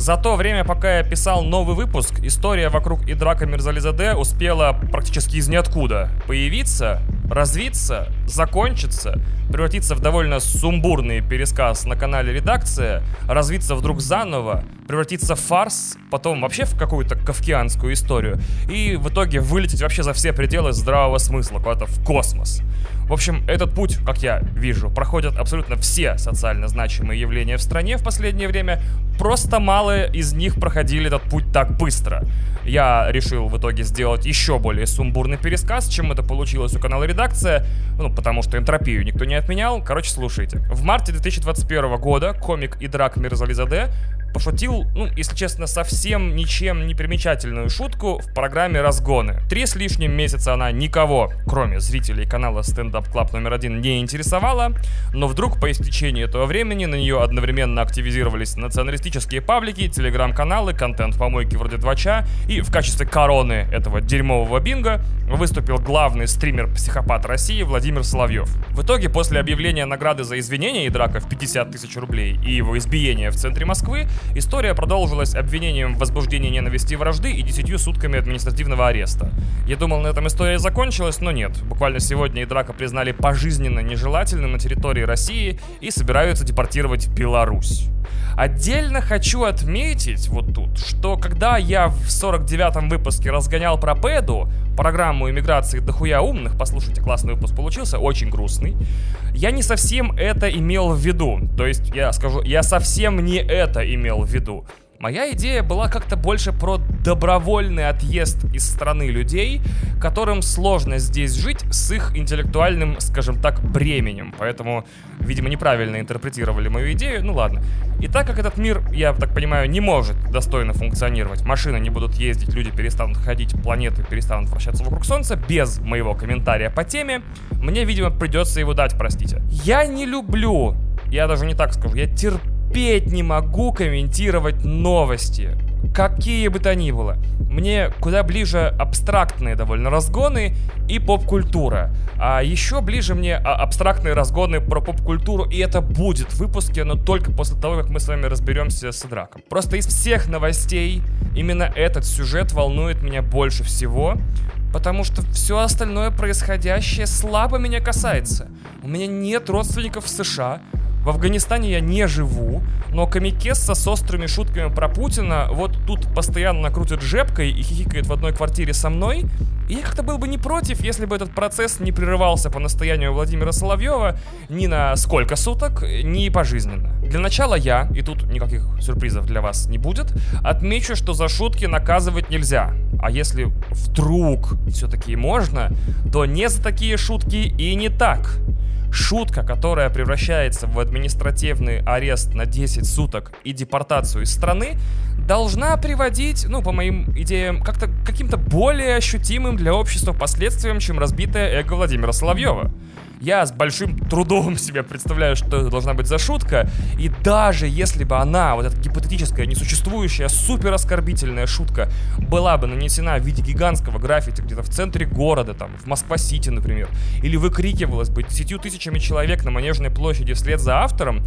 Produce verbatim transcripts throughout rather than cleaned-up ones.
За то время, пока я писал новый выпуск, история вокруг Идрака Мирзализаде успела практически из ниоткуда появиться, развиться, закончиться, превратиться в довольно сумбурный пересказ на канале «Редакция», развиться вдруг заново, превратиться в фарс, потом вообще в какую-то кафкианскую историю и в итоге вылететь вообще за все пределы здравого смысла, куда-то в космос. В общем, этот путь, как я вижу, проходят абсолютно все социально значимые явления в стране в последнее время, просто мало из них проходили этот путь так быстро. Я решил в итоге сделать еще более сумбурный пересказ, чем это получилось у канала «Редакция», ну, потому что энтропию никто не отменял. Короче, слушайте. В марте две тысячи двадцать первого года комик Идрак Мирзализаде пошутил, ну, если честно, совсем ничем не примечательную шутку в программе «Разгоны». Три с лишним месяца она никого, кроме зрителей канала «Стендап Клаб» номер один, не интересовала, но вдруг по истечении этого времени на нее одновременно активизировались националистические паблики, телеграм-каналы, контент-помойки вроде Двача, и в качестве короны этого дерьмового бинго выступил главный стример-психопат России Владимир Соловьев. В итоге, после объявления награды за извинения Идрака в пятьдесят тысяч рублей и его избиения в центре Москвы, история продолжилась обвинением в возбуждении ненависти и вражды и десятью сутками административного ареста. Я думал, на этом история закончилась, но нет. Буквально сегодня Идрака признали пожизненно нежелательным на территории России и собираются депортировать в Беларусь. Отдельно хочу отметить вот тут, что когда я в сорок девятом выпуске разгонял про Пэду, программу иммиграции дохуя умных, послушайте, классный выпуск получился, очень грустный, я не совсем это имел в виду. То есть, я скажу, я совсем не это имел в виду. Моя идея была как-то больше про добровольный отъезд из страны людей, которым сложно здесь жить с их интеллектуальным, скажем так, бременем. Поэтому, видимо, неправильно интерпретировали мою идею. Ну ладно. И так как этот мир, я так понимаю, не может достойно функционировать, машины не будут ездить, люди перестанут ходить, планеты перестанут вращаться вокруг Солнца, без моего комментария по теме, мне, видимо, придется его дать, простите. Я не люблю, я даже не так скажу, я терплю, Терпеть не могу комментировать новости, какие бы то ни было. Мне куда ближе абстрактные довольно разгоны и поп-культура. А еще ближе мне абстрактные разгоны про поп-культуру, и это будет в выпуске, но только после того, как мы с вами разберемся с Идраком. Просто из всех новостей именно этот сюжет волнует меня больше всего, потому что все остальное происходящее слабо меня касается. У меня нет родственников в США, в Афганистане я не живу, но комикесса с острыми шутками про Путина вот тут постоянно крутит жепкой и хихикает в одной квартире со мной. И я как-то был бы не против, если бы этот процесс не прерывался по настоянию Владимира Соловьева ни на сколько суток, ни пожизненно. Для начала я, и тут никаких сюрпризов для вас не будет, отмечу, что за шутки наказывать нельзя. А если вдруг все-таки можно, то не за такие шутки и не так. Шутка, которая превращается в административный арест на десять суток и депортацию из страны, должна приводить, ну, по моим идеям, как-то каким-то более ощутимым для общества последствиям, чем разбитое эго Владимира Соловьева. Я с большим трудом себе представляю, что это должна быть за шутка, и даже если бы она, вот эта гипотетическая, несуществующая, супер оскорбительная шутка, была бы нанесена в виде гигантского граффити где-то в центре города, там, в Москва-Сити, например, или выкрикивалась бы десятью тысячами человек на Манежной площади вслед за автором,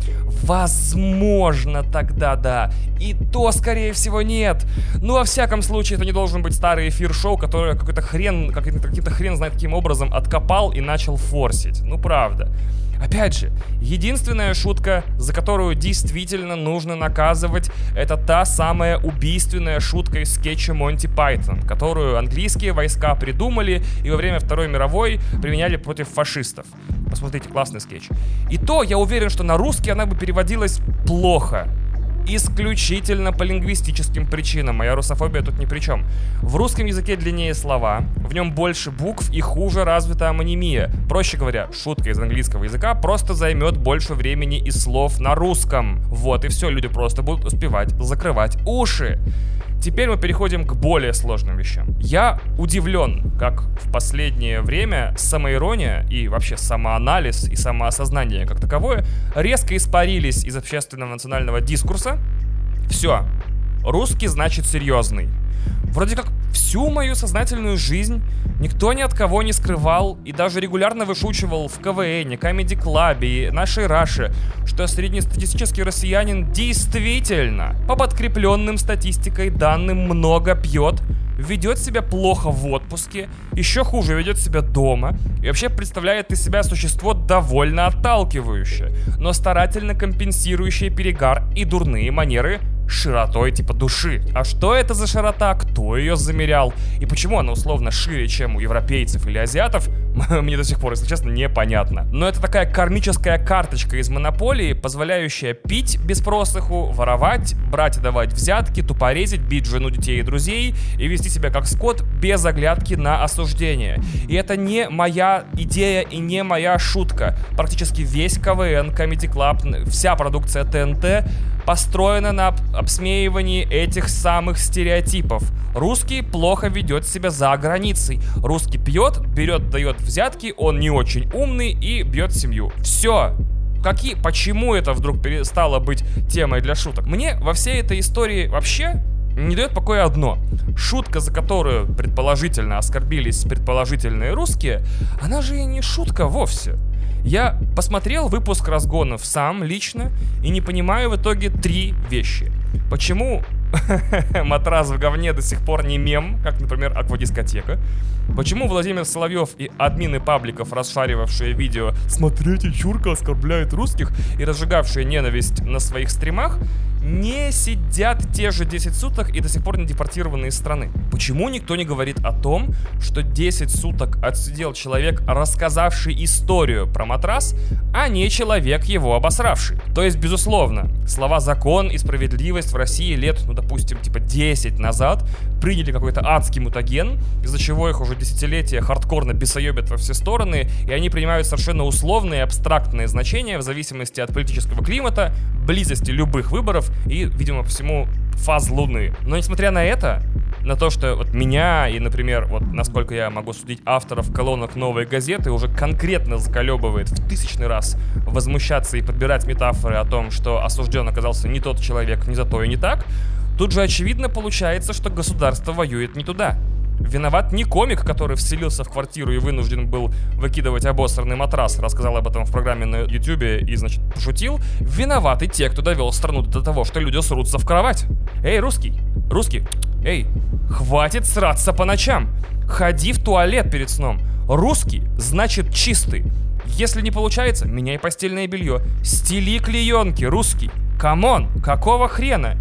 возможно, тогда да, и то, скорее всего, нет. Ну, во всяком случае, это не должен быть старый эфир-шоу, который какой-то хрен, какой-то хрен знает каким образом откопал и начал форсить. Ну, правда. Опять же, единственная шутка, за которую действительно нужно наказывать, это та самая убийственная шутка из скетча Монти Пайтон, которую английские войска придумали и во время Второй мировой применяли против фашистов. Посмотрите, классный скетч. И то, я уверен, что на русский она бы переводилась плохо. Исключительно по лингвистическим причинам. Моя русофобия тут ни при чем. В русском языке длиннее слова, в нем больше букв и хуже развита амонимия. Проще говоря, шутка из английского языка просто займет больше времени и слов на русском. Вот и все, люди просто будут успевать закрывать уши. Теперь мы переходим к более сложным вещам. Я удивлен, как в последнее время самоирония и вообще самоанализ и самоосознание как таковое резко испарились из общественного национального дискурса. Все. Русский значит серьезный. Вроде как все Всю мою сознательную жизнь никто ни от кого не скрывал и даже регулярно вышучивал в КВН, Comedy Club и нашей Раше, что среднестатистический россиянин действительно, по подкрепленным статистикой данным, много пьет, ведет себя плохо в отпуске, еще хуже ведет себя дома и вообще представляет из себя существо довольно отталкивающее, но старательно компенсирующее перегар и дурные манеры широтой типа души. А что это за широта, кто ее замерял и почему она условно шире, чем у европейцев или азиатов, мне до сих пор, если честно, непонятно. Но это такая кармическая карточка из монополии, позволяющая пить без просыху, воровать, брать и давать взятки, тупорезить, бить жену, детей и друзей и вести себя как скот без оглядки на осуждение. И это не моя идея и не моя шутка. Практически весь КВН, Comedy Club, вся продукция ТНТ построена на обсмеивании этих самых стереотипов. Русский плохо ведет себя за границей. Русский пьет, берет, дает взятки, он не очень умный и бьет семью. Все. Какие, почему это вдруг перестало быть темой для шуток? Мне во всей этой истории вообще не дает покоя одно. Шутка, за которую предположительно оскорбились предположительные русские, она же и не шутка вовсе. Я посмотрел выпуск разгонов сам, лично, и не понимаю в итоге три вещи. Почему матрас в говне до сих пор не мем, как, например, аквадискотека? Почему Владимир Соловьев и админы пабликов, расшаривавшие видео «Смотрите, Чурка оскорбляет русских» и разжигавшие ненависть на своих стримах, не сидят те же десять суток и до сих пор не депортированы из страны? Почему никто не говорит о том, что десять суток отсидел человек, рассказавший историю про матрас, а не человек, его обосравший? То есть, безусловно, слова «закон» и «справедливость» в России лет, ну, допустим, типа десять назад приняли какой-то адский мутаген, из-за чего их уже десятилетия хардкорно бесоебят во все стороны, и они принимают совершенно условные, абстрактные значения в зависимости от политического климата, близости любых выборов и, видимо, по всему, фаз Луны. Но несмотря на это, на то, что вот меня и, например, вот насколько я могу судить, авторов колонок «Новой газеты» уже конкретно заколебывает в тысячный раз возмущаться и подбирать метафоры о том, что осужден оказался не тот человек, не за то и не так, тут же очевидно получается, что государство воюет не туда. Виноват не комик, который вселился в квартиру и вынужден был выкидывать обосранный матрас, рассказал об этом в программе на ютубе и, значит, пошутил. Виноваты те, кто довел страну до того, что люди срутся в кровать. Эй, русский, русский, эй, хватит сраться по ночам. Ходи в туалет перед сном. Русский значит чистый. Если не получается, меняй постельное белье. Стели клеенки, русский. Камон, какого хрена?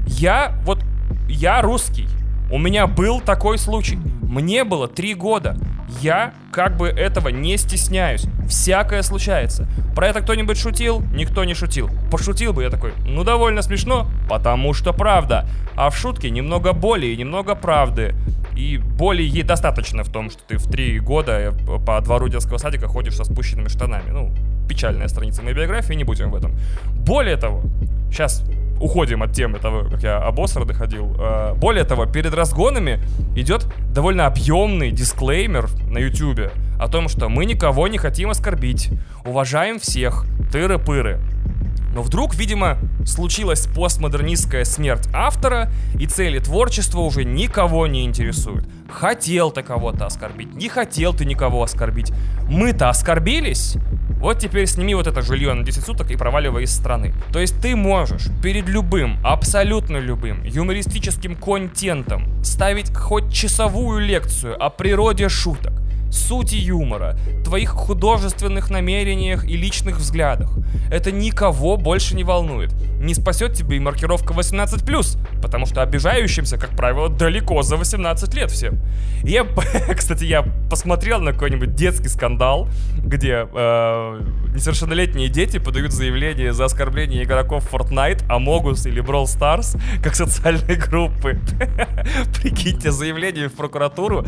Я, вот, я русский. У меня был такой случай. Мне было три года. Я как бы этого не стесняюсь. Всякое случается. Про это кто-нибудь шутил? Никто не шутил. Пошутил бы я такой, ну довольно смешно, потому что правда. А в шутке немного боли и немного правды. И боли ей достаточно в том, что ты в три года по двору детского садика ходишь со спущенными штанами. Ну, печальная страница моей биографии, не будем в этом. Более того, сейчас уходим от темы того, как я обосранный ходил. Более того, перед разгонами идет довольно объемный дисклеймер на ютубе о том, что мы никого не хотим оскорбить, уважаем всех, тыры-пыры. Но вдруг, видимо, случилась постмодернистская смерть автора, и цели творчества уже никого не интересуют. Хотел ты кого-то оскорбить, не хотел ты никого оскорбить. Мы-то оскорбились? Вот теперь сними вот это жилье на десять суток и проваливай из страны. То есть ты можешь перед любым, абсолютно любым юмористическим контентом ставить хоть часовую лекцию о природе шуток, сути юмора, твоих художественных намерениях и личных взглядах. Это никого больше не волнует. Не спасет тебе и маркировка восемнадцать плюс, потому что обижающимся, как правило, далеко за восемнадцать лет всем. И я, кстати, я посмотрел на какой-нибудь детский скандал, где э, несовершеннолетние дети подают заявление за оскорбление игроков Fortnite, Among Us или Brawl Stars как социальной группы. Прикиньте, заявление в прокуратуру,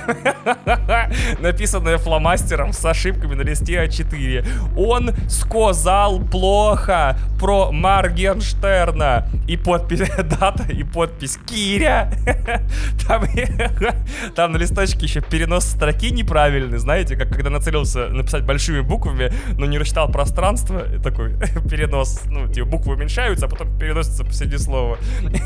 написанное фломастером с ошибками на листе а четыре. Он сказал плохо про Моргенштерна. И подпись, дата и подпись Киря. Там, там на листочке еще перенос строки неправильный. Знаете, как когда нацелился написать большими буквами, но не, прочитал пространство, такой перенос, ну, типа буквы уменьшаются, а потом переносятся посреди слова.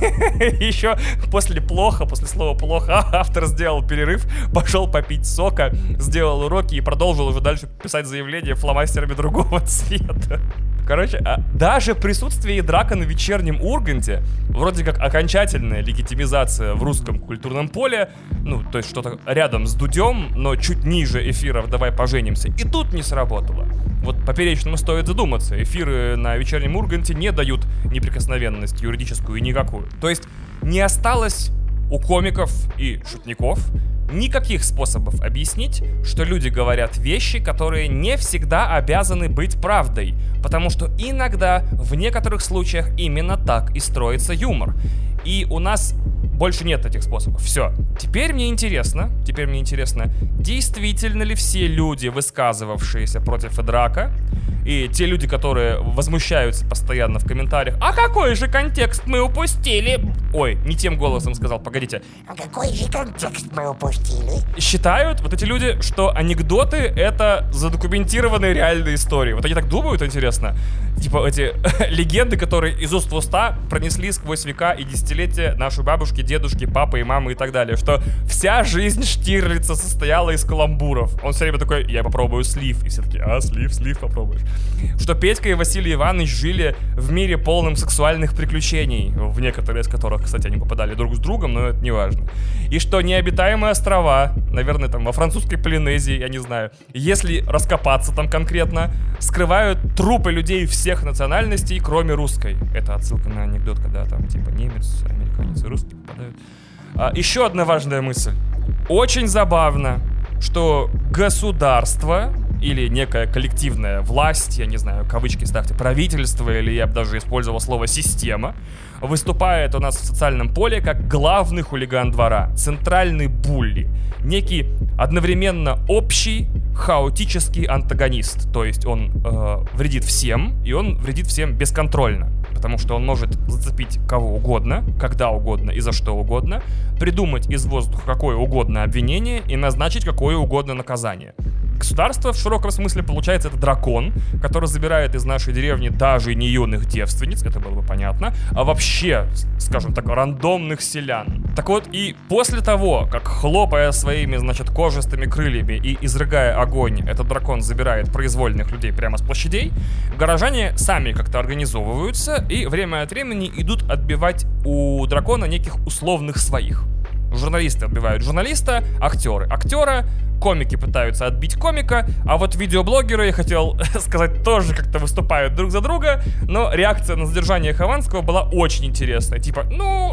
Еще после плохо, после слова плохо, автор сделал перерыв, пошел попить сока, сделал уроки и продолжил уже дальше писать заявление фломастерами другого цвета. Короче, а даже присутствие Ядрака на вечернем Урганте, вроде как окончательная легитимизация в русском культурном поле, ну, то есть что-то рядом с Дудем, но чуть ниже эфиров «Давай поженимся», и тут не сработало. Вот поперечному стоит задуматься, эфиры на вечернем Урганте не дают неприкосновенность юридическую и никакую. То есть не осталось у комиков и шутников никаких способов объяснить, что люди говорят вещи, которые не всегда обязаны быть правдой, потому что иногда, в некоторых случаях, именно так и строится юмор. И у нас больше нет этих способов. Все. Теперь мне интересно, теперь мне интересно, действительно ли все люди, высказывавшиеся против Эдрака, и те люди, которые возмущаются постоянно в комментариях: а какой же контекст мы упустили? Ой, не тем голосом сказал, погодите. А какой же контекст мы упустили? Считают вот эти люди, что анекдоты — это задокументированные реальные истории. Вот они так думают, интересно. Типа эти легенды, которые из уст в уста пронесли сквозь века и десятилетия наши бабушки, дедушки, папы и мамы и так далее. Что вся жизнь Штирлица состояла из каламбуров. Он все время такой: я попробую слив. И все такие: а, слив, слив попробуешь. Что Петька и Василий Иванович жили в мире полном сексуальных приключений, в некоторые из которых, кстати, они попадали друг с другом, но это не важно. И что необитаемые острова, наверное, там во французской Полинезии, я не знаю, если раскопаться там конкретно, скрывают трупы людей всех национальностей, кроме русской. Это отсылка на анекдот, когда там типа немец, американец и русский попадают. А, еще одна важная мысль. Очень забавно, что государство или некая коллективная власть, я не знаю, кавычки ставьте, правительство, или я бы даже использовал слово «система», выступает у нас в социальном поле как главный хулиган двора, центральный булли, некий одновременно общий хаотический антагонист. То есть он э, вредит всем, и он вредит всем бесконтрольно, потому что он может зацепить кого угодно, когда угодно и за что угодно, придумать из воздуха какое угодно обвинение и назначить какое угодно наказание. Государство в широком смысле, получается, это дракон, который забирает из нашей деревни даже не юных девственниц, это было бы понятно, а вообще, скажем так, рандомных селян. Так вот, и после того, как, хлопая своими, значит, кожистыми крыльями и изрыгая огонь, этот дракон забирает произвольных людей прямо с площадей, горожане сами как-то организовываются и время от времени идут отбивать у дракона неких условных своих. Журналисты отбивают журналиста, актеры актера, комики пытаются отбить комика, а вот видеоблогеры, я хотел сказать, тоже как-то выступают друг за друга, но реакция на задержание Хованского была очень интересная. Типа, ну,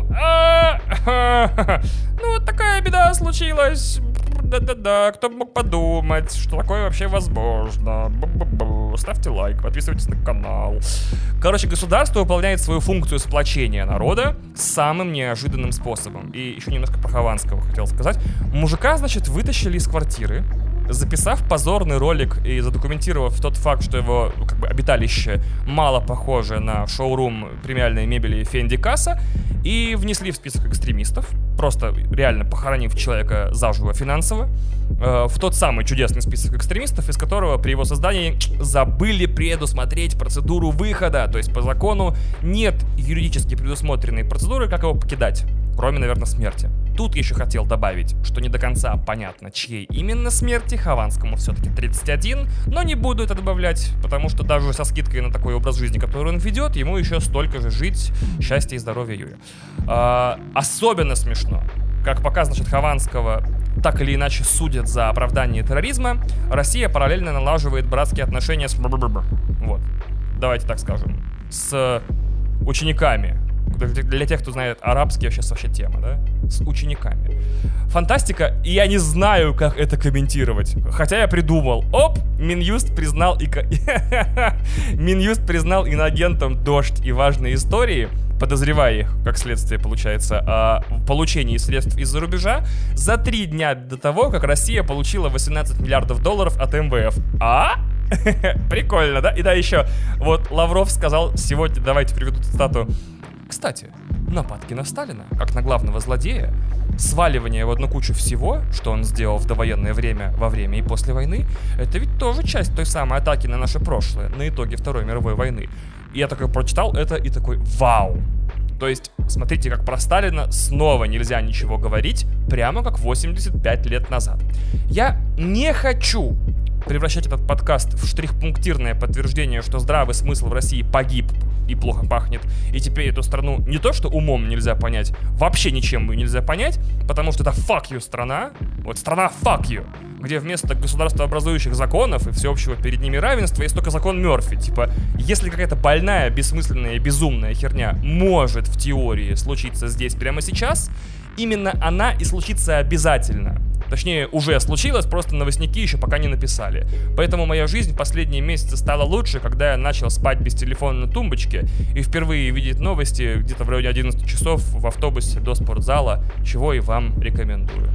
ну, такая беда случилась. Да-да-да, кто бы мог подумать, что такое вообще возможно. Бу-бу-бу. Ставьте лайк, подписывайтесь на канал. Короче, государство выполняет свою функцию сплочения народа самым неожиданным способом. И еще немножко про Хованского хотел сказать. Мужика, значит, вытащили из квартиры, записав позорный ролик и задокументировав тот факт, что его, как бы, обиталище мало похоже на шоурум премиальной мебели Фенди Касса, и внесли в список экстремистов, просто реально похоронив человека заживо финансово, э, в тот самый чудесный список экстремистов, из которого при его создании забыли предусмотреть процедуру выхода. То есть по закону нет юридически предусмотренной процедуры, как его покидать, кроме, наверное, смерти. Тут еще хотел добавить, что не до конца понятно, чьей именно смерти. Хованскому все-таки тридцать один, но не буду это добавлять, потому что даже со скидкой на такой образ жизни, который он ведет, ему еще столько же жить. Счастья и здоровья, Юрия. А, особенно смешно, как пока, значит, Хованского так или иначе судят за оправдание терроризма, Россия параллельно налаживает братские отношения с... Вот, давайте так скажем, с учениками. Для тех, кто знает арабский, сейчас вообще тема, да? С учениками. Фантастика, и я не знаю, как это комментировать. Хотя я придумал. Оп, Минюст признал и... Минюст признал иноагентом «Дождь» и «Важные истории», подозревая их, как следствие, получается, о получении средств из-за рубежа за три дня до того, как Россия получила восемнадцать миллиардов долларов от эм вэ эф. А? Прикольно, да? И да, еще, вот Лавров сказал сегодня, давайте приведу цитату: Кстати, нападки на Сталина, как на главного злодея, сваливание в одну кучу всего, что он сделал в довоенное время, во время и после войны, это ведь тоже часть той самой атаки на наше прошлое, на итоги Второй мировой войны. И я такой прочитал это и такой вау. То есть, смотрите, как про Сталина снова нельзя ничего говорить, прямо как восемьдесят пять лет назад. Я не хочу превращать этот подкаст в штрихпунктирное подтверждение, что здравый смысл в России погиб и плохо пахнет, и теперь эту страну не то что умом нельзя понять, вообще ничем ее нельзя понять, потому что это fuck you страна, вот страна fuck you, где вместо государствообразующих законов и всеобщего перед ними равенства есть только закон Мёрфи. Типа, если какая-то больная, бессмысленная, безумная херня может в теории случиться здесь прямо сейчас, именно она и случится обязательно. Точнее, уже случилось, просто новостники еще пока не написали. Поэтому моя жизнь в последние месяцы стала лучше, когда я начал спать без телефона на тумбочке и впервые видеть новости где-то в районе одиннадцати часов в автобусе до спортзала, чего и вам рекомендую.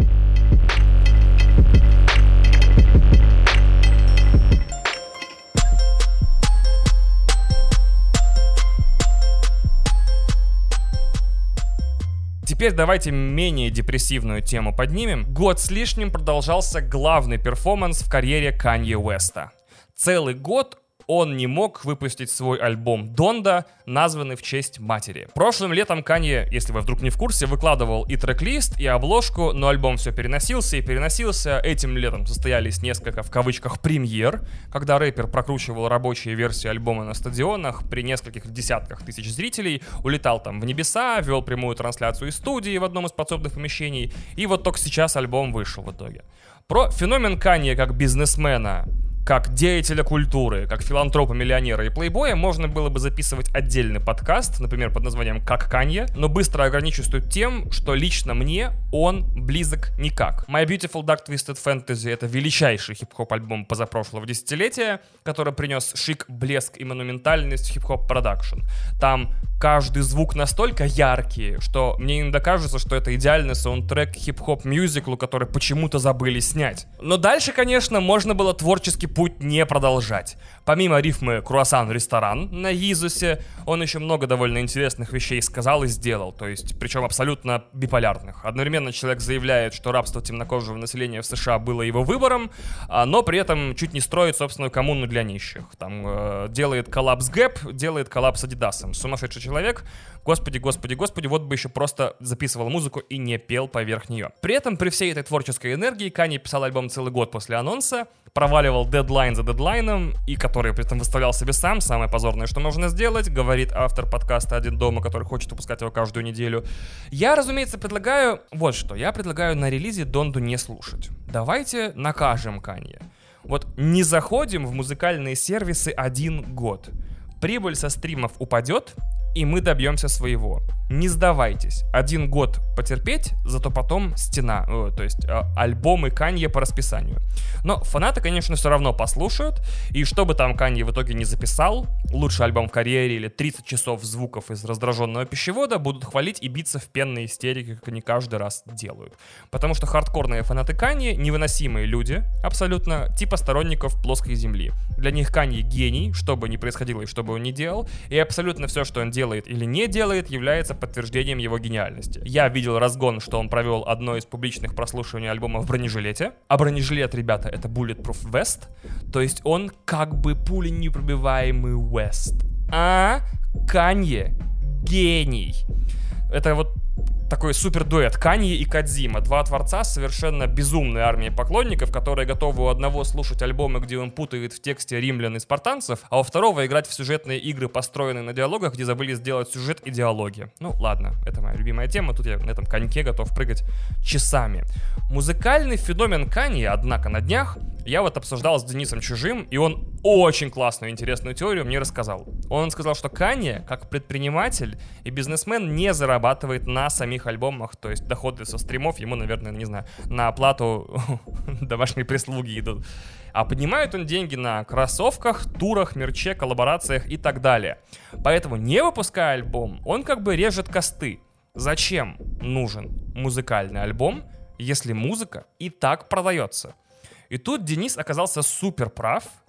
Теперь давайте менее депрессивную тему поднимем. Год с лишним продолжался главный перформанс в карьере Канье Уэста. Целый год он не мог выпустить свой альбом «Донда», названный в честь матери. Прошлым летом Канье, если вы вдруг не в курсе, выкладывал и трек-лист, и обложку, но альбом все переносился и переносился. Этим летом состоялись несколько, в кавычках, премьер, когда рэпер прокручивал рабочие версии альбома на стадионах при нескольких десятках тысяч зрителей, улетал там в небеса, вел прямую трансляцию из студии в одном из подсобных помещений, и вот только сейчас альбом вышел в итоге. Про феномен Канье как бизнесмена, как деятеля культуры, как филантропа, миллионера и плейбоя можно было бы записывать отдельный подкаст, например, под названием «Как Канье», но быстро ограничусь тут тем, что лично мне он близок никак. My Beautiful Dark Twisted Fantasy — это величайший хип-хоп альбом позапрошлого десятилетия, который принес шик, блеск и монументальность в хип-хоп продакшн. Там каждый звук настолько яркий, что мне иногда кажется, что это идеальный саундтрек хип-хоп мюзиклу, который почему-то забыли снять. Но дальше, конечно, можно было творческий путь не продолжать. Помимо рифмы «круассан-ресторан» на Йизусе, он еще много довольно интересных вещей сказал и сделал, то есть, причем абсолютно биполярных. Одновременно человек заявляет, что рабство темнокожего населения в США было его выбором, но при этом чуть не строит собственную коммуну для нищих. Там э, делает коллаб с Гэп, делает коллаб с Адидасом. Сумасшедший человек. Господи, господи, господи, вот бы еще просто записывал музыку и не пел поверх нее. При этом, при всей этой творческой энергии, Канье писал альбом целый год после анонса, проваливал дедлайн за дедлайном, и который при этом выставлял себе сам, самое позорное, что можно сделать, говорит автор подкаста «Один дома», который хочет выпускать его каждую неделю. Я, разумеется, предлагаю вот что. Я предлагаю на релизе Донду не слушать. Давайте накажем Канье. Вот не заходим в музыкальные сервисы один год. Прибыль со стримов упадет, и мы добьемся своего. Не сдавайтесь. Один год потерпеть, зато потом стена. О, то есть э, альбомы Канье по расписанию. Но фанаты, конечно, все равно послушают. И что бы там Канье в итоге не записал, лучший альбом в карьере или тридцать часов звуков из раздраженного пищевода, будут хвалить и биться в пенной истерике, как они каждый раз делают. Потому что хардкорные фанаты Канье невыносимые люди, абсолютно, типа сторонников плоской земли. Для них Канье гений, что бы ни происходило и что бы он ни делал. И абсолютно все, что он делает или не делает, является подтверждением его гениальности. Я видел разгон, что он провел одно из публичных прослушиваний альбома в бронежилете. А бронежилет, ребята, это Bulletproof Vest. То есть он как бы пуленепробиваемый West. А Канье гений. Это вот такой супер дуэт Канье и Кодзима. Два творца с совершенно безумной армией поклонников, которые готовы у одного слушать альбомы, где он путает в тексте римлян и спартанцев, а у второго играть в сюжетные игры, построенные на диалогах, где забыли сделать сюжет и диалоги. Ну ладно, это моя любимая тема, тут я на этом коньке готов прыгать часами. Музыкальный феномен Канье, однако, на днях я вот обсуждал с Денисом Чужим, и он очень классную, интересную теорию мне рассказал. Он сказал, что Канье, как предприниматель и бизнесмен, не зарабатывает на самих альбомах, то есть доходы со стримов ему, наверное, не знаю, на оплату домашней прислуги идут. А поднимает он деньги на кроссовках, турах, мерче, коллаборациях и так далее. Поэтому, не выпуская альбом, он как бы режет косты. Зачем нужен музыкальный альбом, если музыка и так продается? И тут Денис оказался супер прав,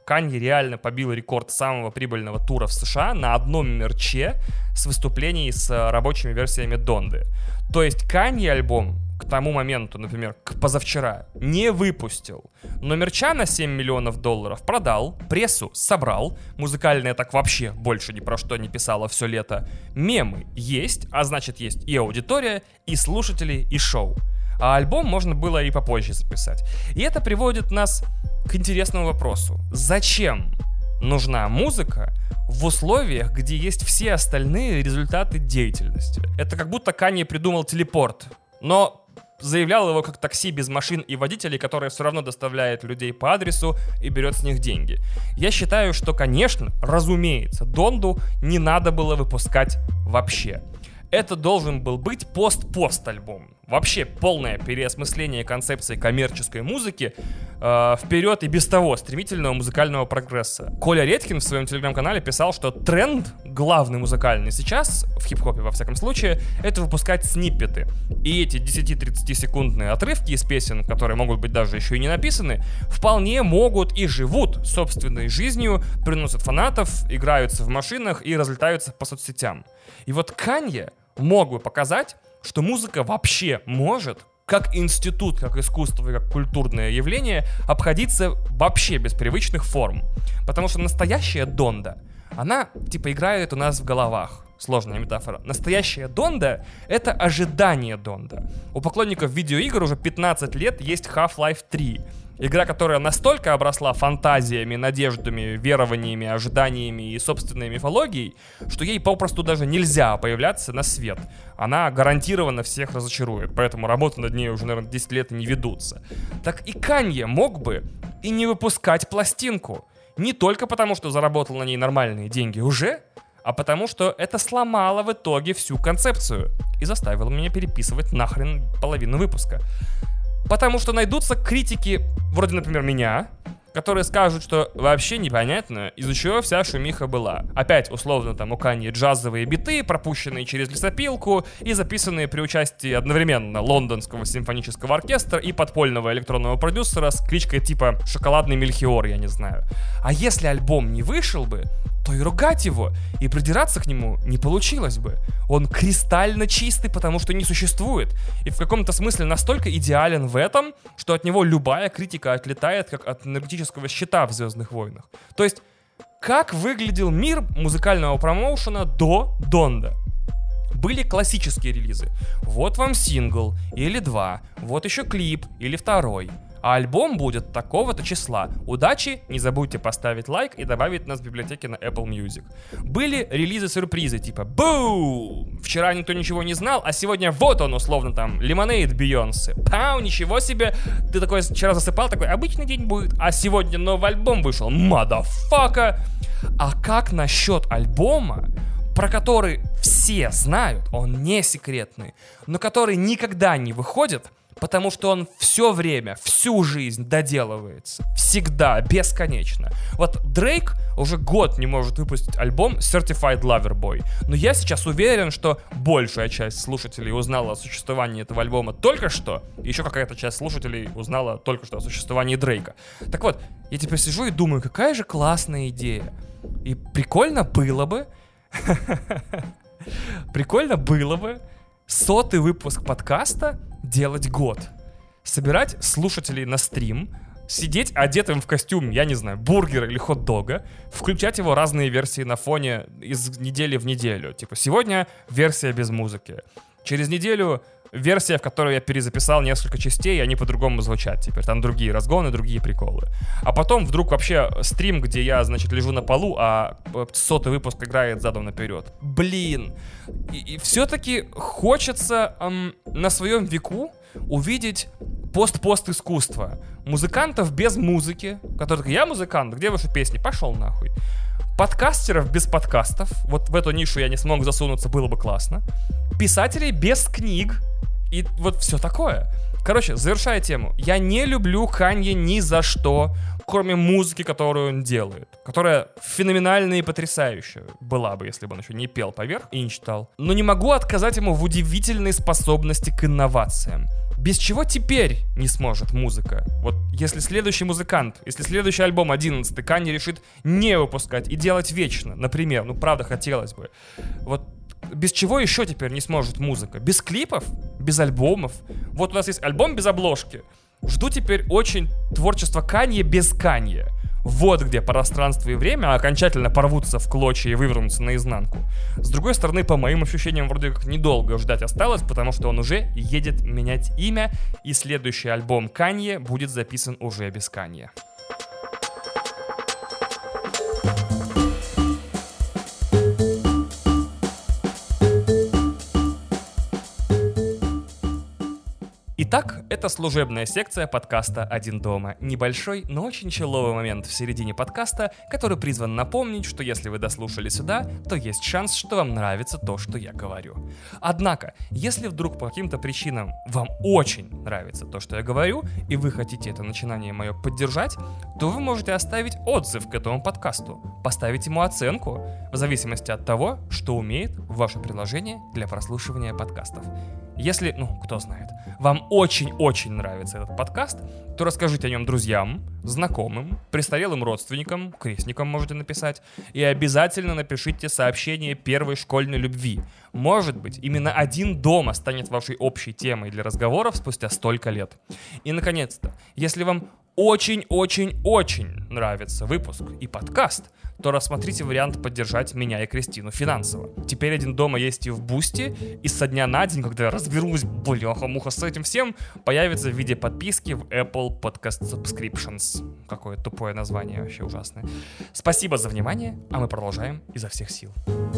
Канье реально побил рекорд самого прибыльного тура в США на одном мерче с выступлений с рабочими версиями Донды. То есть Канье альбом к тому моменту, например, к позавчера, не выпустил, но мерча на семь миллионов долларов продал, прессу собрал, музыкальная так вообще больше ни про что не писала все лето, мемы есть, а значит есть и аудитория, и слушатели, и шоу. А альбом можно было и попозже записать. И это приводит нас к интересному вопросу. Зачем нужна музыка в условиях, где есть все остальные результаты деятельности? Это как будто Канье придумал телепорт, но заявлял его как такси без машин и водителей, которое все равно доставляет людей по адресу и берет с них деньги. Я считаю, что, конечно, разумеется, Донду не надо было выпускать вообще. Это должен был быть пост-пост альбом. Вообще полное переосмысление концепции коммерческой музыки э, вперед и без того стремительного музыкального прогресса. Коля Редькин в своем телеграм-канале писал, что тренд главный музыкальный сейчас, в хип-хопе во всяком случае, это выпускать сниппеты. И эти десять-тридцатисекундные отрывки из песен, которые могут быть даже еще и не написаны, вполне могут и живут собственной жизнью, приносят фанатов, играются в машинах и разлетаются по соцсетям. И вот Канье мог бы показать, что музыка вообще может, как институт, как искусство и как культурное явление, обходиться вообще без привычных форм. Потому что настоящая Донда, она типа играет у нас в головах. Сложная метафора. Настоящая Донда — это ожидание Донда. У поклонников видеоигр уже пятнадцать лет есть Half-Life три. Игра, которая настолько обросла фантазиями, надеждами, верованиями, ожиданиями и собственной мифологией, что ей попросту даже нельзя появляться на свет. Она гарантированно всех разочарует, поэтому работы над ней уже, наверное, десять лет не ведутся. Так и Канье мог бы и не выпускать пластинку. Не только потому, что заработал на ней нормальные деньги уже, а потому что это сломало в итоге всю концепцию и заставило меня переписывать нахрен половину выпуска. Потому что найдутся критики, вроде, например, меня, которые скажут, что вообще непонятно, из-за чего вся шумиха была. Опять, условно, там у Канье джазовые биты, пропущенные через лесопилку и записанные при участии одновременно Лондонского симфонического оркестра и подпольного электронного продюсера с кличкой типа «Шоколадный Мельхиор», я не знаю. А если альбом не вышел бы, то и ругать его, и придираться к нему не получилось бы. Он кристально чистый, потому что не существует. И в каком-то смысле настолько идеален в этом, что от него любая критика отлетает, как от энергетического щита в «Звездных войнах». То есть, как выглядел мир музыкального промоушена до Донда? Были классические релизы. Вот вам сингл, или два, вот еще клип, или второй. А альбом будет такого-то числа. Удачи, не забудьте поставить лайк и добавить нас в библиотеке на Apple Music. Были релизы-сюрпризы, типа «Бу! Вчера никто ничего не знал, а сегодня вот он, условно, там, Lemonade Бейонсе. Пау, ничего себе! Ты такой вчера засыпал, такой, обычный день будет, а сегодня новый альбом вышел. Мадафака!» А как насчет альбома, про который все знают, он не секретный, но который никогда не выходит, потому что он все время, всю жизнь доделывается. Всегда, бесконечно. Вот Дрейк уже год не может выпустить альбом Certified Lover Boy. Но я сейчас уверен, что большая часть слушателей узнала о существовании этого альбома только что. И еще какая-то часть слушателей узнала только что о существовании Дрейка. Так вот, я теперь сижу и думаю, какая же классная идея. И прикольно было бы... Прикольно было бы сотый выпуск подкаста делать год. Собирать слушателей на стрим, сидеть одетым в костюм, я не знаю, бургера или хот-дога, включать его разные версии на фоне из недели в неделю. Типа, сегодня версия без музыки. Через неделю версия, в которой я перезаписал несколько частей, и они по-другому звучат теперь. Там другие разгоны, другие приколы. А потом вдруг вообще стрим, где я, значит, лежу на полу, а сотый выпуск играет задом наперед. Блин. И, и все-таки хочется эм, на своем веку увидеть пост-пост искусства. Музыкантов без музыки, которые такие, я музыкант, где ваши песни? Пошел нахуй. Подкастеров без подкастов. Вот в эту нишу я не смог засунуться, было бы классно. Писателей без книг. И вот все такое. Короче, завершая тему. Я не люблю Канье ни за что, кроме музыки, которую он делает. Которая феноменальная и потрясающая была бы, если бы он еще не пел поверх и не читал. Но не могу отказать ему в удивительной способности к инновациям. Без чего теперь не сможет музыка? Вот если следующий музыкант, если следующий альбом одиннадцатый Канье решит не выпускать и делать вечно, например, ну правда хотелось бы, вот без чего еще теперь не сможет музыка? Без клипов? Без альбомов? Вот у нас есть альбом без обложки. Жду теперь очень творчество Канье без Канье. Вот где пространство и время окончательно порвутся в клочья и вывернутся наизнанку. С другой стороны, по моим ощущениям, вроде как недолго ждать осталось, потому что он уже едет менять имя, и следующий альбом Канье будет записан уже без Канье. Итак, это служебная секция подкаста «Один дома». Небольшой, но очень человый момент в середине подкаста, который призван напомнить, что если вы дослушали сюда, то есть шанс, что вам нравится то, что я говорю. Однако, если вдруг по каким-то причинам вам очень нравится то, что я говорю, и вы хотите это начинание мое поддержать, то вы можете оставить отзыв к этому подкасту, поставить ему оценку, в зависимости от того, что умеет ваше приложение для прослушивания подкастов. Если, ну, кто знает, вам очень-очень нравится этот подкаст, то расскажите о нем друзьям, знакомым, престарелым родственникам, крестникам можете написать, и обязательно напишите сообщение первой школьной любви. Может быть, именно «Один дома» станет вашей общей темой для разговоров спустя столько лет. И, наконец-то, если вам очень-очень-очень нравится выпуск и подкаст, то рассмотрите вариант поддержать меня и Кристину финансово. Теперь «Один дома» есть и в Бусти, и со дня на день, когда я разберусь, бляха-муха, с этим всем, появится в виде подписки в Apple Podcast Subscriptions. Какое тупое название, вообще ужасное. Спасибо за внимание, а мы продолжаем изо всех сил.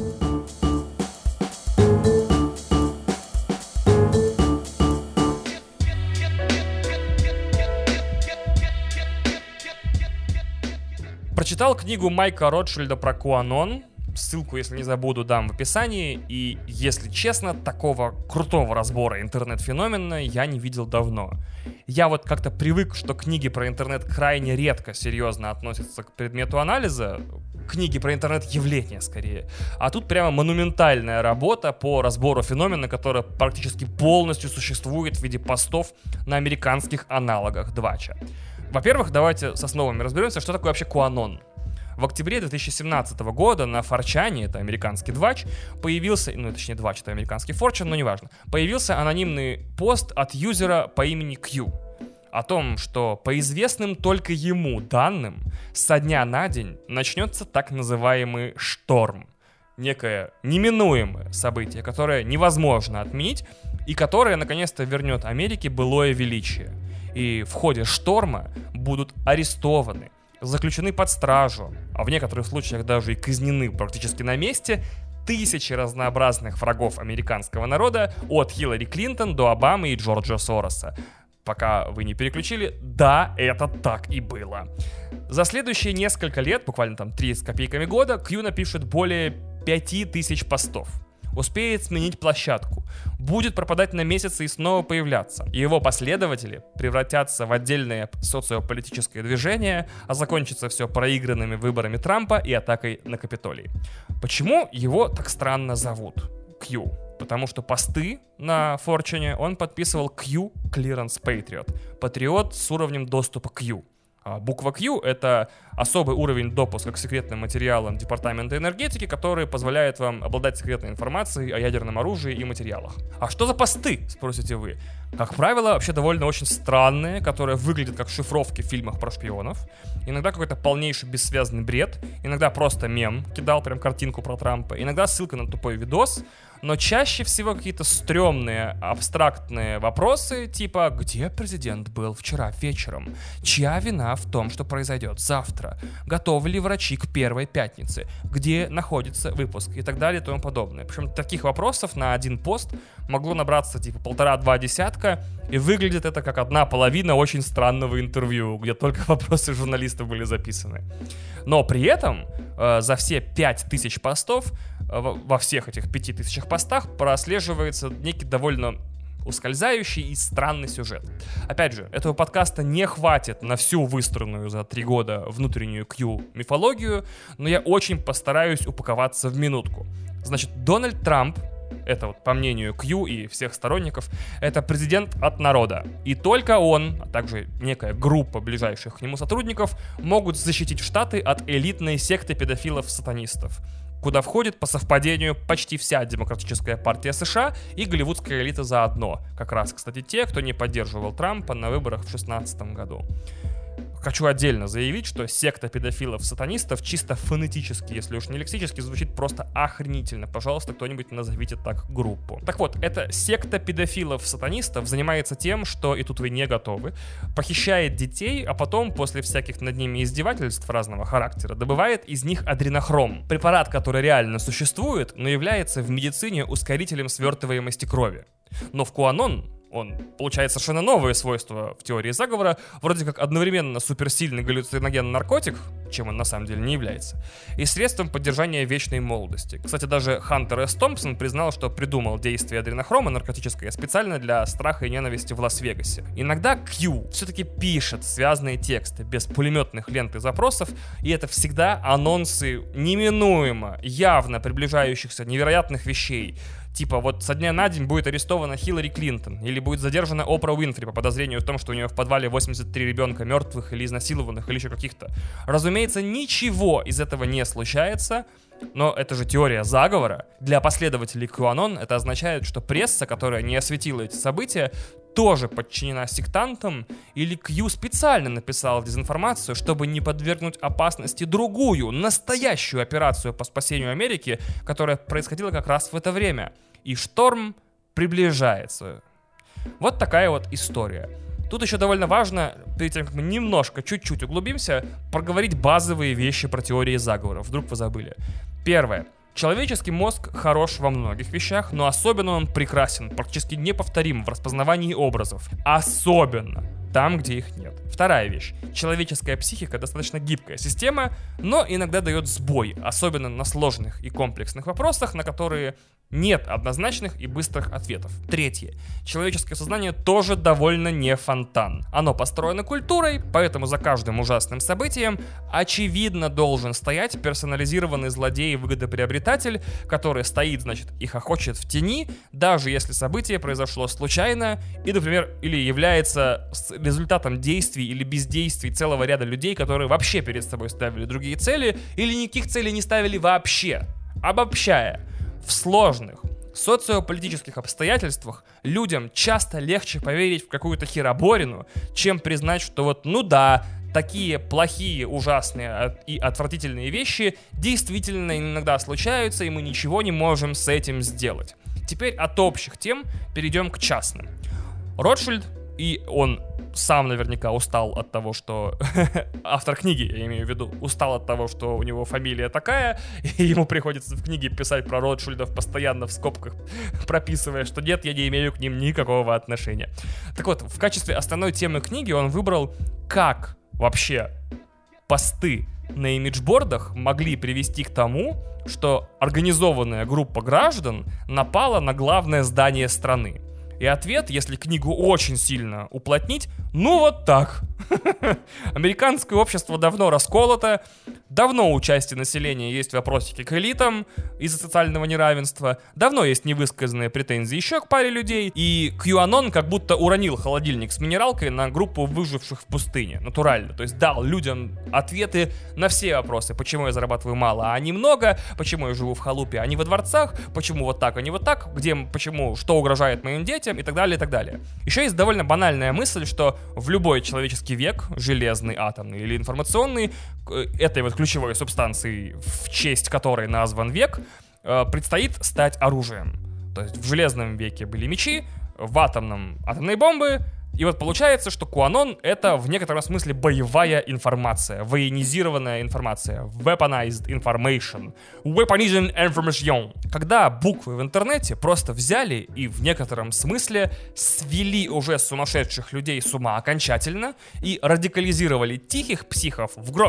Прочитал книгу Майка Ротшильда про QAnon. Ссылку, если не забуду, дам в описании. И, если честно, такого крутого разбора интернет-феномена я не видел давно. Я вот как-то привык, что книги про интернет крайне редко серьезно относятся к предмету анализа. Книги про интернет-явления, скорее. А тут прямо монументальная работа по разбору феномена, который практически полностью существует в виде постов на американских аналогах Двача. Во-первых, давайте с основами разберемся, что такое вообще QAnon. В октябре две тысячи семнадцатого года на фор чане, это американский Двач, появился, ну точнее Двач, это американский фор чан, но неважно, появился анонимный пост от юзера по имени Q о том, что по известным только ему данным со дня на день начнется так называемый шторм. Некое неминуемое событие, которое невозможно отменить и которое наконец-то вернет Америке былое величие. И в ходе шторма будут арестованы, заключены под стражу, а в некоторых случаях даже и казнены практически на месте тысячи разнообразных врагов американского народа, от Хиллари Клинтон до Обамы и Джорджа Сороса. Пока вы не переключили, да, это так и было. За следующие несколько лет, буквально там три с копейками года, Q напишет более пяти тысяч постов. Успеет сменить площадку, будет пропадать на месяцы и снова появляться. И его последователи превратятся в отдельное социополитическое движение, а закончится все проигранными выборами Трампа и атакой на Капитолий. Почему его так странно зовут? Q. Потому что посты на фор чане он подписывал Q Clearance Patriot. Патриот с уровнем доступа Q. А буква Q — это особый уровень допуска к секретным материалам Департамента энергетики, который позволяет вам обладать секретной информацией о ядерном оружии и материалах. А что за посты, спросите вы? Как правило, вообще довольно очень странные, которые выглядят как шифровки в фильмах про шпионов. Иногда какой-то полнейший бессвязный бред, иногда просто мем, кидал прям картинку про Трампа, иногда ссылка на тупой видос, но чаще всего какие-то стрёмные, абстрактные вопросы, типа «Где президент был вчера вечером? Чья вина в том, что произойдет завтра? Готовы ли врачи к первой пятнице? Где находится выпуск?» И так далее и тому подобное. Причем таких вопросов на один пост могло набраться типа полтора-два десятка, и выглядит это как одна половина очень странного интервью, где только вопросы журналистов были записаны. Но при этом э, за все пять тысяч постов, э, во всех этих пяти тысячах постах прослеживается некий довольно ускользающий и странный сюжет. Опять же, этого подкаста не хватит на всю выстроенную за три года внутреннюю Q мифологию, но я очень постараюсь упаковаться в минутку. Значит, Дональд Трамп, это вот по мнению Q и всех сторонников, это президент от народа. И только он, а также некая группа ближайших к нему сотрудников могут защитить Штаты от элитной секты педофилов-сатанистов, куда входит по совпадению почти вся демократическая партия США и голливудская элита заодно. Как раз, кстати, те, кто не поддерживал Трампа на выборах в две тысячи шестнадцатом году. Хочу отдельно заявить, что секта педофилов-сатанистов чисто фонетически, если уж не лексически, звучит просто охренительно. Пожалуйста, кто-нибудь назовите так группу. Так вот, эта секта педофилов-сатанистов занимается тем, что, и тут вы не готовы, похищает детей, а потом, после всяких над ними издевательств разного характера, добывает из них адренохром. Препарат, который реально существует, но является в медицине ускорителем свертываемости крови. Но в QAnon он получает совершенно новые свойства в теории заговора, вроде как одновременно суперсильный галлюциногенный наркотик, чем он на самом деле не является, и средством поддержания вечной молодости. Кстати, даже Хантер С. Томпсон признал, что придумал действие адренохрома наркотическое специально для страха и ненависти в Лас-Вегасе. Иногда Q все-таки пишет связанные тексты без пулеметных лент и запросов, и это всегда анонсы неминуемо, явно приближающихся невероятных вещей. Типа, вот со дня на день будет арестована Хиллари Клинтон, или будет задержана Опра Уинфри по подозрению в том, что у нее в подвале восемьдесят три ребенка мертвых или изнасилованных, или еще каких-то. Разумеется, ничего из этого не случается, но это же теория заговора. Для последователей QAnon это означает, что пресса, которая не осветила эти события, тоже подчинена сектантам, или Q специально написал дезинформацию, чтобы не подвергнуть опасности другую, настоящую операцию по спасению Америки, которая происходила как раз в это время. И шторм приближается. Вот такая вот история. Тут еще довольно важно, перед тем, как мы немножко, чуть-чуть углубимся, проговорить базовые вещи про теории заговора. Вдруг вы забыли. Первое. Человеческий мозг хорош во многих вещах, но особенно он прекрасен, практически неповторим в распознавании образов. Особенно там, где их нет. Вторая вещь. Человеческая психика достаточно гибкая система, но иногда дает сбой, особенно на сложных и комплексных вопросах, на которые нет однозначных и быстрых ответов. Третье. Человеческое сознание тоже довольно не фонтан. Оно построено культурой, поэтому за каждым ужасным событием очевидно должен стоять персонализированный злодей и выгодоприобретатель, который стоит, значит, и хохочет в тени, даже если событие произошло случайно и, например, или является результатом действий или бездействий целого ряда людей, которые вообще перед собой ставили другие цели или никаких целей не ставили вообще. Обобщая, в сложных социополитических обстоятельствах людям часто легче поверить в какую-то хероборину, чем признать, что вот, ну да, такие плохие, ужасные и отвратительные вещи действительно иногда случаются, и мы ничего не можем с этим сделать. Теперь от общих тем перейдем к частным. Ротшильд, и он сам наверняка устал от того, что... Автор книги, я имею в виду, устал от того, что у него фамилия такая, и ему приходится в книге писать про Ротшильдов, постоянно в скобках прописывая, что нет, я не имею к ним никакого отношения. Так вот, в качестве основной темы книги он выбрал, как вообще посты на имиджбордах могли привести к тому, что организованная группа граждан напала на главное здание страны. И ответ, если книгу очень сильно уплотнить, ну вот так. Американское общество давно расколото, давно у части населения есть вопросики к элитам из-за социального неравенства, давно есть невысказанные претензии еще к паре людей, и QAnon как будто уронил холодильник с минералкой на группу выживших в пустыне, натурально. То есть дал людям ответы на все вопросы, почему я зарабатываю мало, а они много, почему я живу в халупе, а не во дворцах, почему вот так, а не вот так, где, почему, что угрожает моим детям, и так далее, и так далее. Еще есть довольно банальная мысль, что в любой человеческий век, железный, атомный или информационный, этой вот ключевой субстанцией, в честь которой назван век, предстоит стать оружием. То есть в железном веке были мечи, в атомном — атомные бомбы. И вот получается, что QAnon — это в некотором смысле боевая информация, военизированная информация, weaponized information, weaponized information. Когда буквы в интернете просто взяли и в некотором смысле свели уже сумасшедших людей с ума окончательно и радикализировали тихих психов в громких.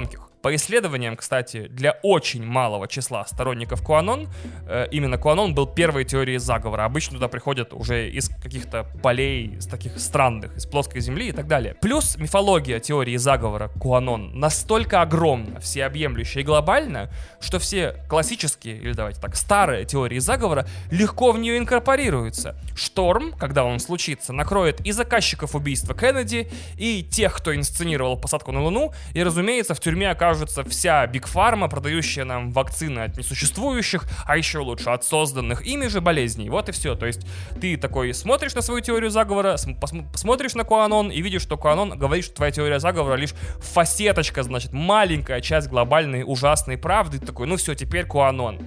По исследованиям, кстати, для очень малого числа сторонников QAnon, э, именно QAnon был первой теорией заговора. Обычно туда приходят уже из каких-то полей, из таких странных, из плоской земли и так далее. Плюс мифология теории заговора QAnon настолько огромна, всеобъемлющая и глобальна, что все классические, или давайте так, старые теории заговора легко в нее инкорпорируются. Шторм, когда он случится, накроет и заказчиков убийства Кеннеди, и тех, кто инсценировал посадку на Луну, и, разумеется, в тюрьме окажется вся Биг Фарма, продающая нам вакцины от несуществующих, а еще лучше от созданных ими же болезней. Вот и все. То есть ты такой смотришь на свою теорию заговора, посмотришь на QAnon и видишь, что QAnon говорит, что твоя теория заговора лишь фасеточка, значит, маленькая часть глобальной ужасной правды. Ты такой, ну все, теперь QAnon.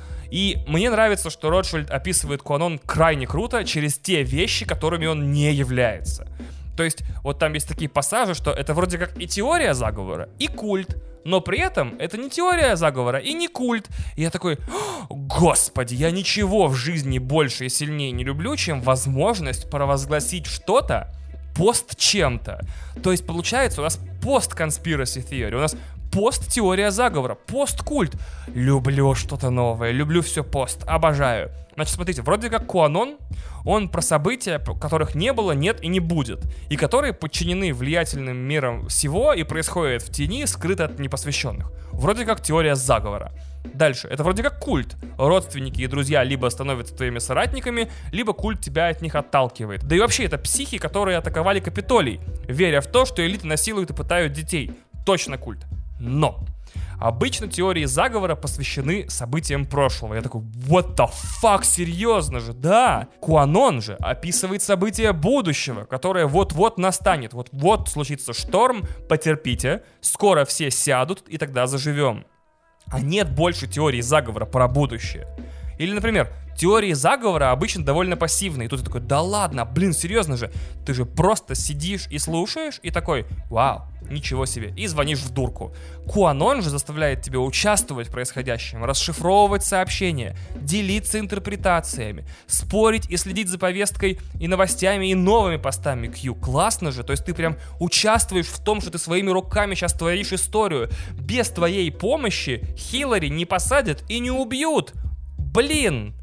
И мне нравится, что Ротшильд описывает QAnon крайне круто через те вещи, которыми он не является. То есть вот там есть такие пассажи, что это вроде как и теория заговора, и культ, но при этом это не теория заговора и не культ. И я такой, господи, я ничего в жизни больше и сильнее не люблю, чем возможность провозгласить что-то пост чем-то. То есть получается у нас пост-conspiracy theory, у нас пост-теория заговора, пост-культ. Люблю что-то новое, люблю все пост, обожаю. Значит, смотрите, вроде как QAnon, он про события, которых не было, нет и не будет, и которые подчинены влиятельным мирам всего и происходят в тени, скрыто от непосвященных. Вроде как теория заговора. Дальше, это вроде как культ. Родственники и друзья либо становятся твоими соратниками, либо культ тебя от них отталкивает. Да и вообще, это психи, которые атаковали Капитолий, веря в то, что элиты насилуют и пытают детей. Точно культ. Но обычно теории заговора посвящены событиям прошлого. Я такой, what the fuck, серьезно же? Да, QAnon же описывает события будущего, которое вот-вот настанет. Вот-вот случится шторм, потерпите, скоро все сядут, и тогда заживем. А нет больше теории заговора про будущее. Или, например, теории заговора обычно довольно пассивные. И тут ты такой, да ладно, блин, серьезно же. Ты же просто сидишь и слушаешь, и такой, вау, ничего себе, и звонишь в дурку. QAnon же заставляет тебя участвовать в происходящем, расшифровывать сообщения, делиться интерпретациями, спорить и следить за повесткой и новостями, и новыми постами Q. Классно же, то есть ты прям участвуешь в том, что ты своими руками сейчас творишь историю. Без твоей помощи Хиллари не посадят и не убьют. Блин!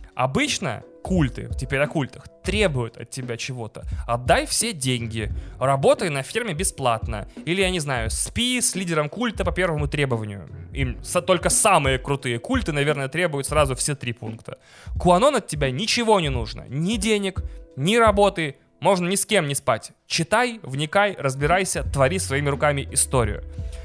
Обычно культы, теперь о культах, требуют от тебя чего-то. Отдай все деньги, работай на фирме бесплатно. Или, я не знаю, спи с лидером культа по первому требованию. Им со- только самые крутые культы, наверное, требуют сразу все три пункта. QAnon от тебя ничего не нужно. Ни денег, ни работы. Можно ни с кем не спать. Читай, вникай, разбирайся, твори своими руками историю.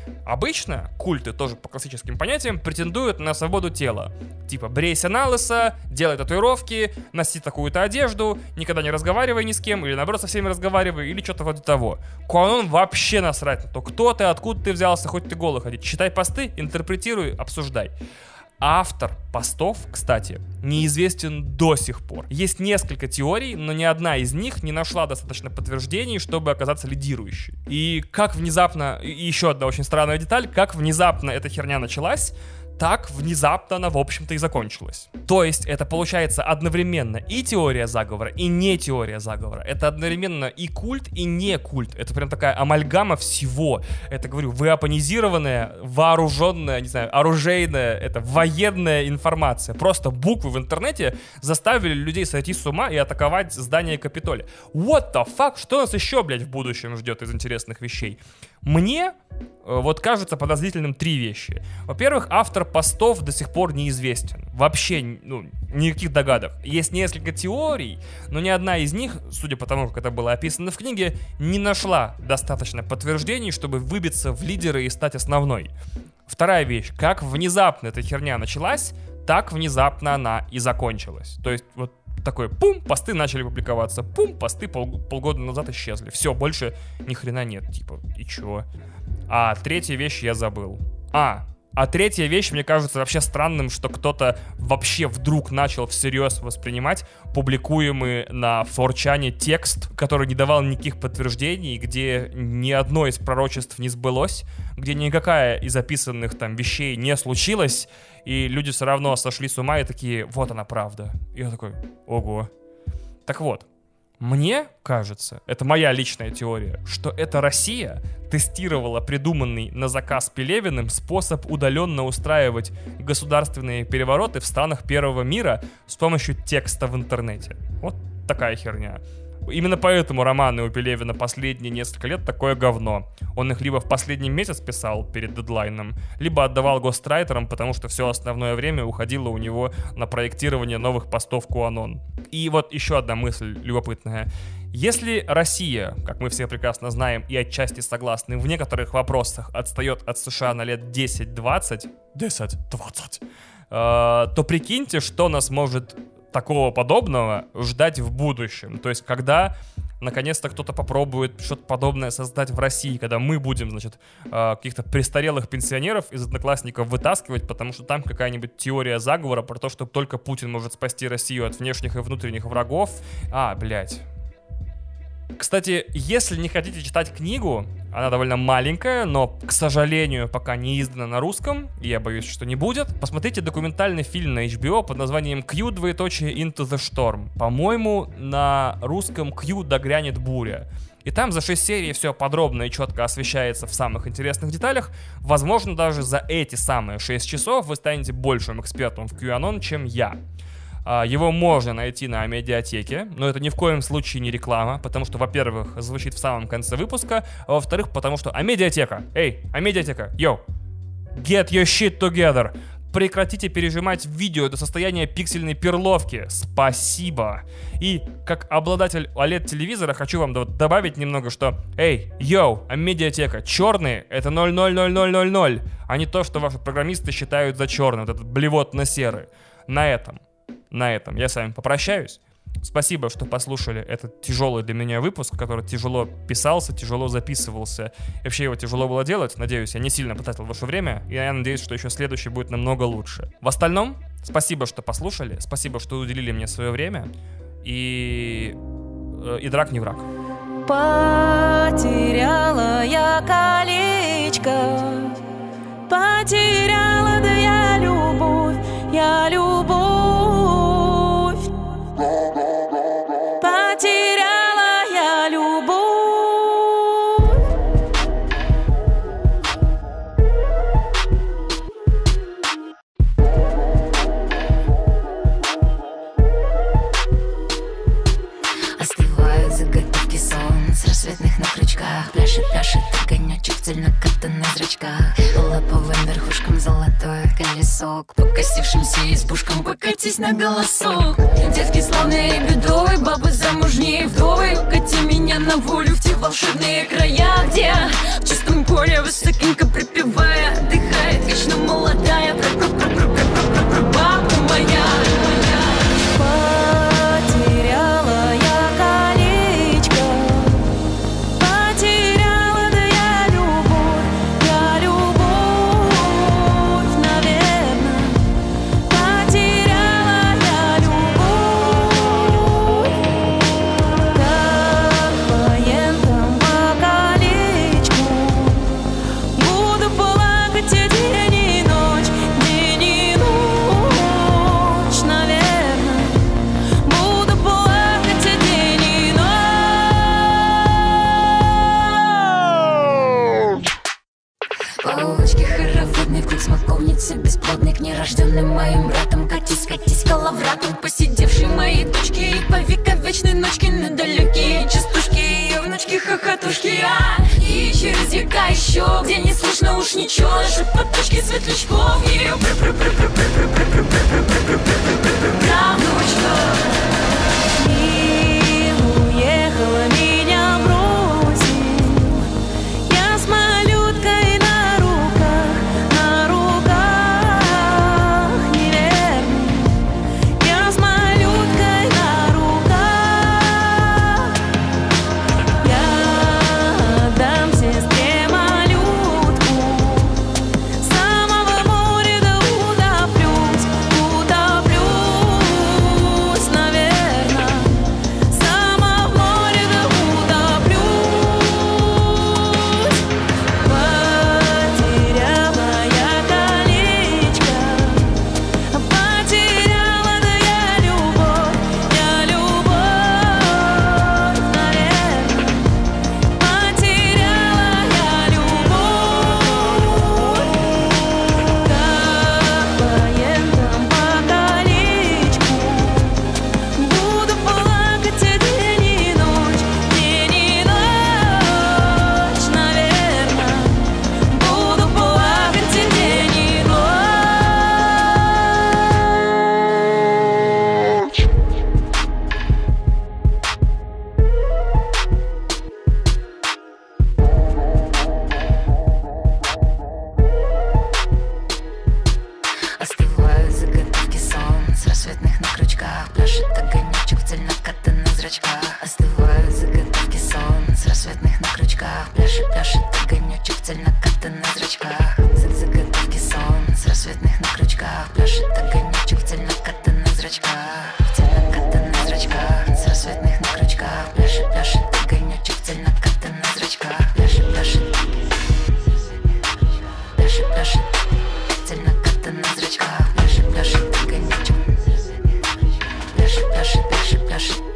Обычно культы, тоже по классическим понятиям, претендуют на свободу тела. Типа, брейся на лысо, делай татуировки, носи такую-то одежду, никогда не разговаривай ни с кем, или наоборот со всеми разговаривай, или что-то вроде того. QAnon вообще насрать на то, кто ты, откуда ты взялся, хоть ты голый ходить. Читай посты, интерпретируй, обсуждай. Автор постов, кстати, неизвестен до сих пор. Есть несколько теорий, но ни одна из них не нашла достаточно подтверждений, чтобы оказаться лидирующей. И как внезапно, и еще одна очень странная деталь, как внезапно эта херня началась, так внезапно она, в общем-то, и закончилась. То есть это получается одновременно и теория заговора, и не теория заговора. Это одновременно и культ, и не культ. Это прям такая амальгама всего. Это, говорю, веапонизированная, вооруженная, не знаю, оружейная, это военная информация. Просто буквы в интернете заставили людей сойти с ума и атаковать здание Капитолия. What the fuck? Что нас еще, блядь, в будущем ждет из интересных вещей? Мне вот кажется подозрительным три вещи. Во-первых, автор постов до сих пор неизвестен. Вообще, ну, никаких догадок. Есть несколько теорий, но ни одна из них, судя по тому, как это было описано в книге, не нашла достаточно подтверждений, чтобы выбиться в лидеры и стать основной. Вторая вещь. Как внезапно эта херня началась, так внезапно она и закончилась. То есть, вот такой пум, посты начали публиковаться, пум, посты пол, полгода назад исчезли. Все, больше ни хрена нет, типа, и чё? А третья вещь я забыл. А, а третья вещь, мне кажется вообще странным, что кто-то вообще вдруг начал всерьез воспринимать публикуемый на фор чане текст, который не давал никаких подтверждений, где ни одно из пророчеств не сбылось, где никакая из описанных там вещей не случилась, и люди все равно сошли с ума и такие, вот она правда. И я такой, ого. Так вот, Мне кажется, это моя личная теория, что эта Россия тестировала придуманный на заказ Пелевиным способ удаленно устраивать государственные перевороты в странах первого мира с помощью текста в интернете. Вот такая херня. Именно поэтому романы у Пелевина последние несколько лет такое говно. Он их либо в последний месяц писал перед дедлайном, либо отдавал гострайтерам, потому что все основное время уходило у него на проектирование новых постов QAnon. И вот еще одна мысль любопытная. Если Россия, как мы все прекрасно знаем и отчасти согласны, в некоторых вопросах отстает от США на лет десять-двадцать, десять-двадцать, э, то прикиньте, что нас может такого подобного ждать в будущем. То есть, когда наконец-то кто-то попробует что-то подобное создать в России, когда мы будем, значит, каких-то престарелых пенсионеров из одноклассников вытаскивать, потому что там какая-нибудь теория заговора про то, что только Путин может спасти Россию от внешних и внутренних врагов. А, блядь. Кстати, если не хотите читать книгу, она довольно маленькая, но, к сожалению, пока не издана на русском, и я боюсь, что не будет, посмотрите документальный фильм на эйч би о под названием Q, двоеточие, Into the Storm. По-моему, на русском Q догрянет буря. И там за шесть серий все подробно и четко освещается в самых интересных деталях. Возможно, даже за эти самые шесть часов вы станете большим экспертом в QAnon, чем я. Его можно найти на Амедиатеке, но это ни в коем случае не реклама, потому что, во-первых, звучит в самом конце выпуска, а во-вторых, потому что Амедиатека, эй, Амедиатека, йоу, get your shit together, прекратите пережимать видео до состояния пиксельной перловки, спасибо. И как обладатель о лед телевизора хочу вам добавить немного, что, эй, йоу, Амедиатека, черные это ноль ноль ноль ноль ноль ноль, а не то, что ваши программисты считают за черный, вот этот блевотно-серый. На этом. На этом я с вами попрощаюсь. Спасибо, что послушали этот тяжелый для меня выпуск, который тяжело писался, тяжело записывался. И вообще его тяжело было делать. Надеюсь, я не сильно потратил ваше время. И я надеюсь, что еще следующий будет намного лучше. В остальном, спасибо, что послушали. Спасибо, что уделили мне свое время. И... И драк не враг. Потеряла я колечко, потеряла, да я любовь, я любовь. Потеряла я любовь. Остывают заготовки сон с рассветных на крючках. Пляшет, пляшет огонечек в цельнокатанных зрачках. Лаповым верхушкам золотое колесо. К покосившимся избушкам покатись на голосок. Детки славные и бедовые, бабы замужние вдовы. Кати меня на волю в те волшебные края, где в чистом поле высокенько припевая отдыхает вечно молодая бабка моя. Потеряла я колечко, потеряла, да я любовь, я любовь, наверное. Потеряла я любовь, как по ентам по колечку. Буду плакать и день и ночь, день и ночь, наверное. Буду плакать и день и ночь. По улочке хороводный, круг смоковницы бесплодный, к нерожденным моим братам катись, катись коловратом. Посидевшей моей дочки и по вековечной ночке на далекие частушки ее внучки хохотушки. А и через века еще, где не слышно уж ничего, шепоточки светлячков ее правнучка. И уехала меня бросив, я с малюткой на руках, на руках, неверно. Я с малюткой на руках. Я отдам сестре малютку, с самого моря да утоплюсь, зрачках. Остывают заготовки солнц, рассветных на крючках. Пляшет, пляшет огонечек в цельнокатанных зрачках. Заготовки солнц, рассветных на крючках. Пляшет огонечек в цельнокатанных зрачках. В цельнокатанных зрачках, с рассветных на крючках. Пляшет, пляшет огонечек в цельнокатанных зрачках. Пляшет, пляшет, пляшет, пляшет в цельнокатанных зрачках. Пляшет, пляшет огонечек. Пляшет, пляшет, пляшет, пляшет.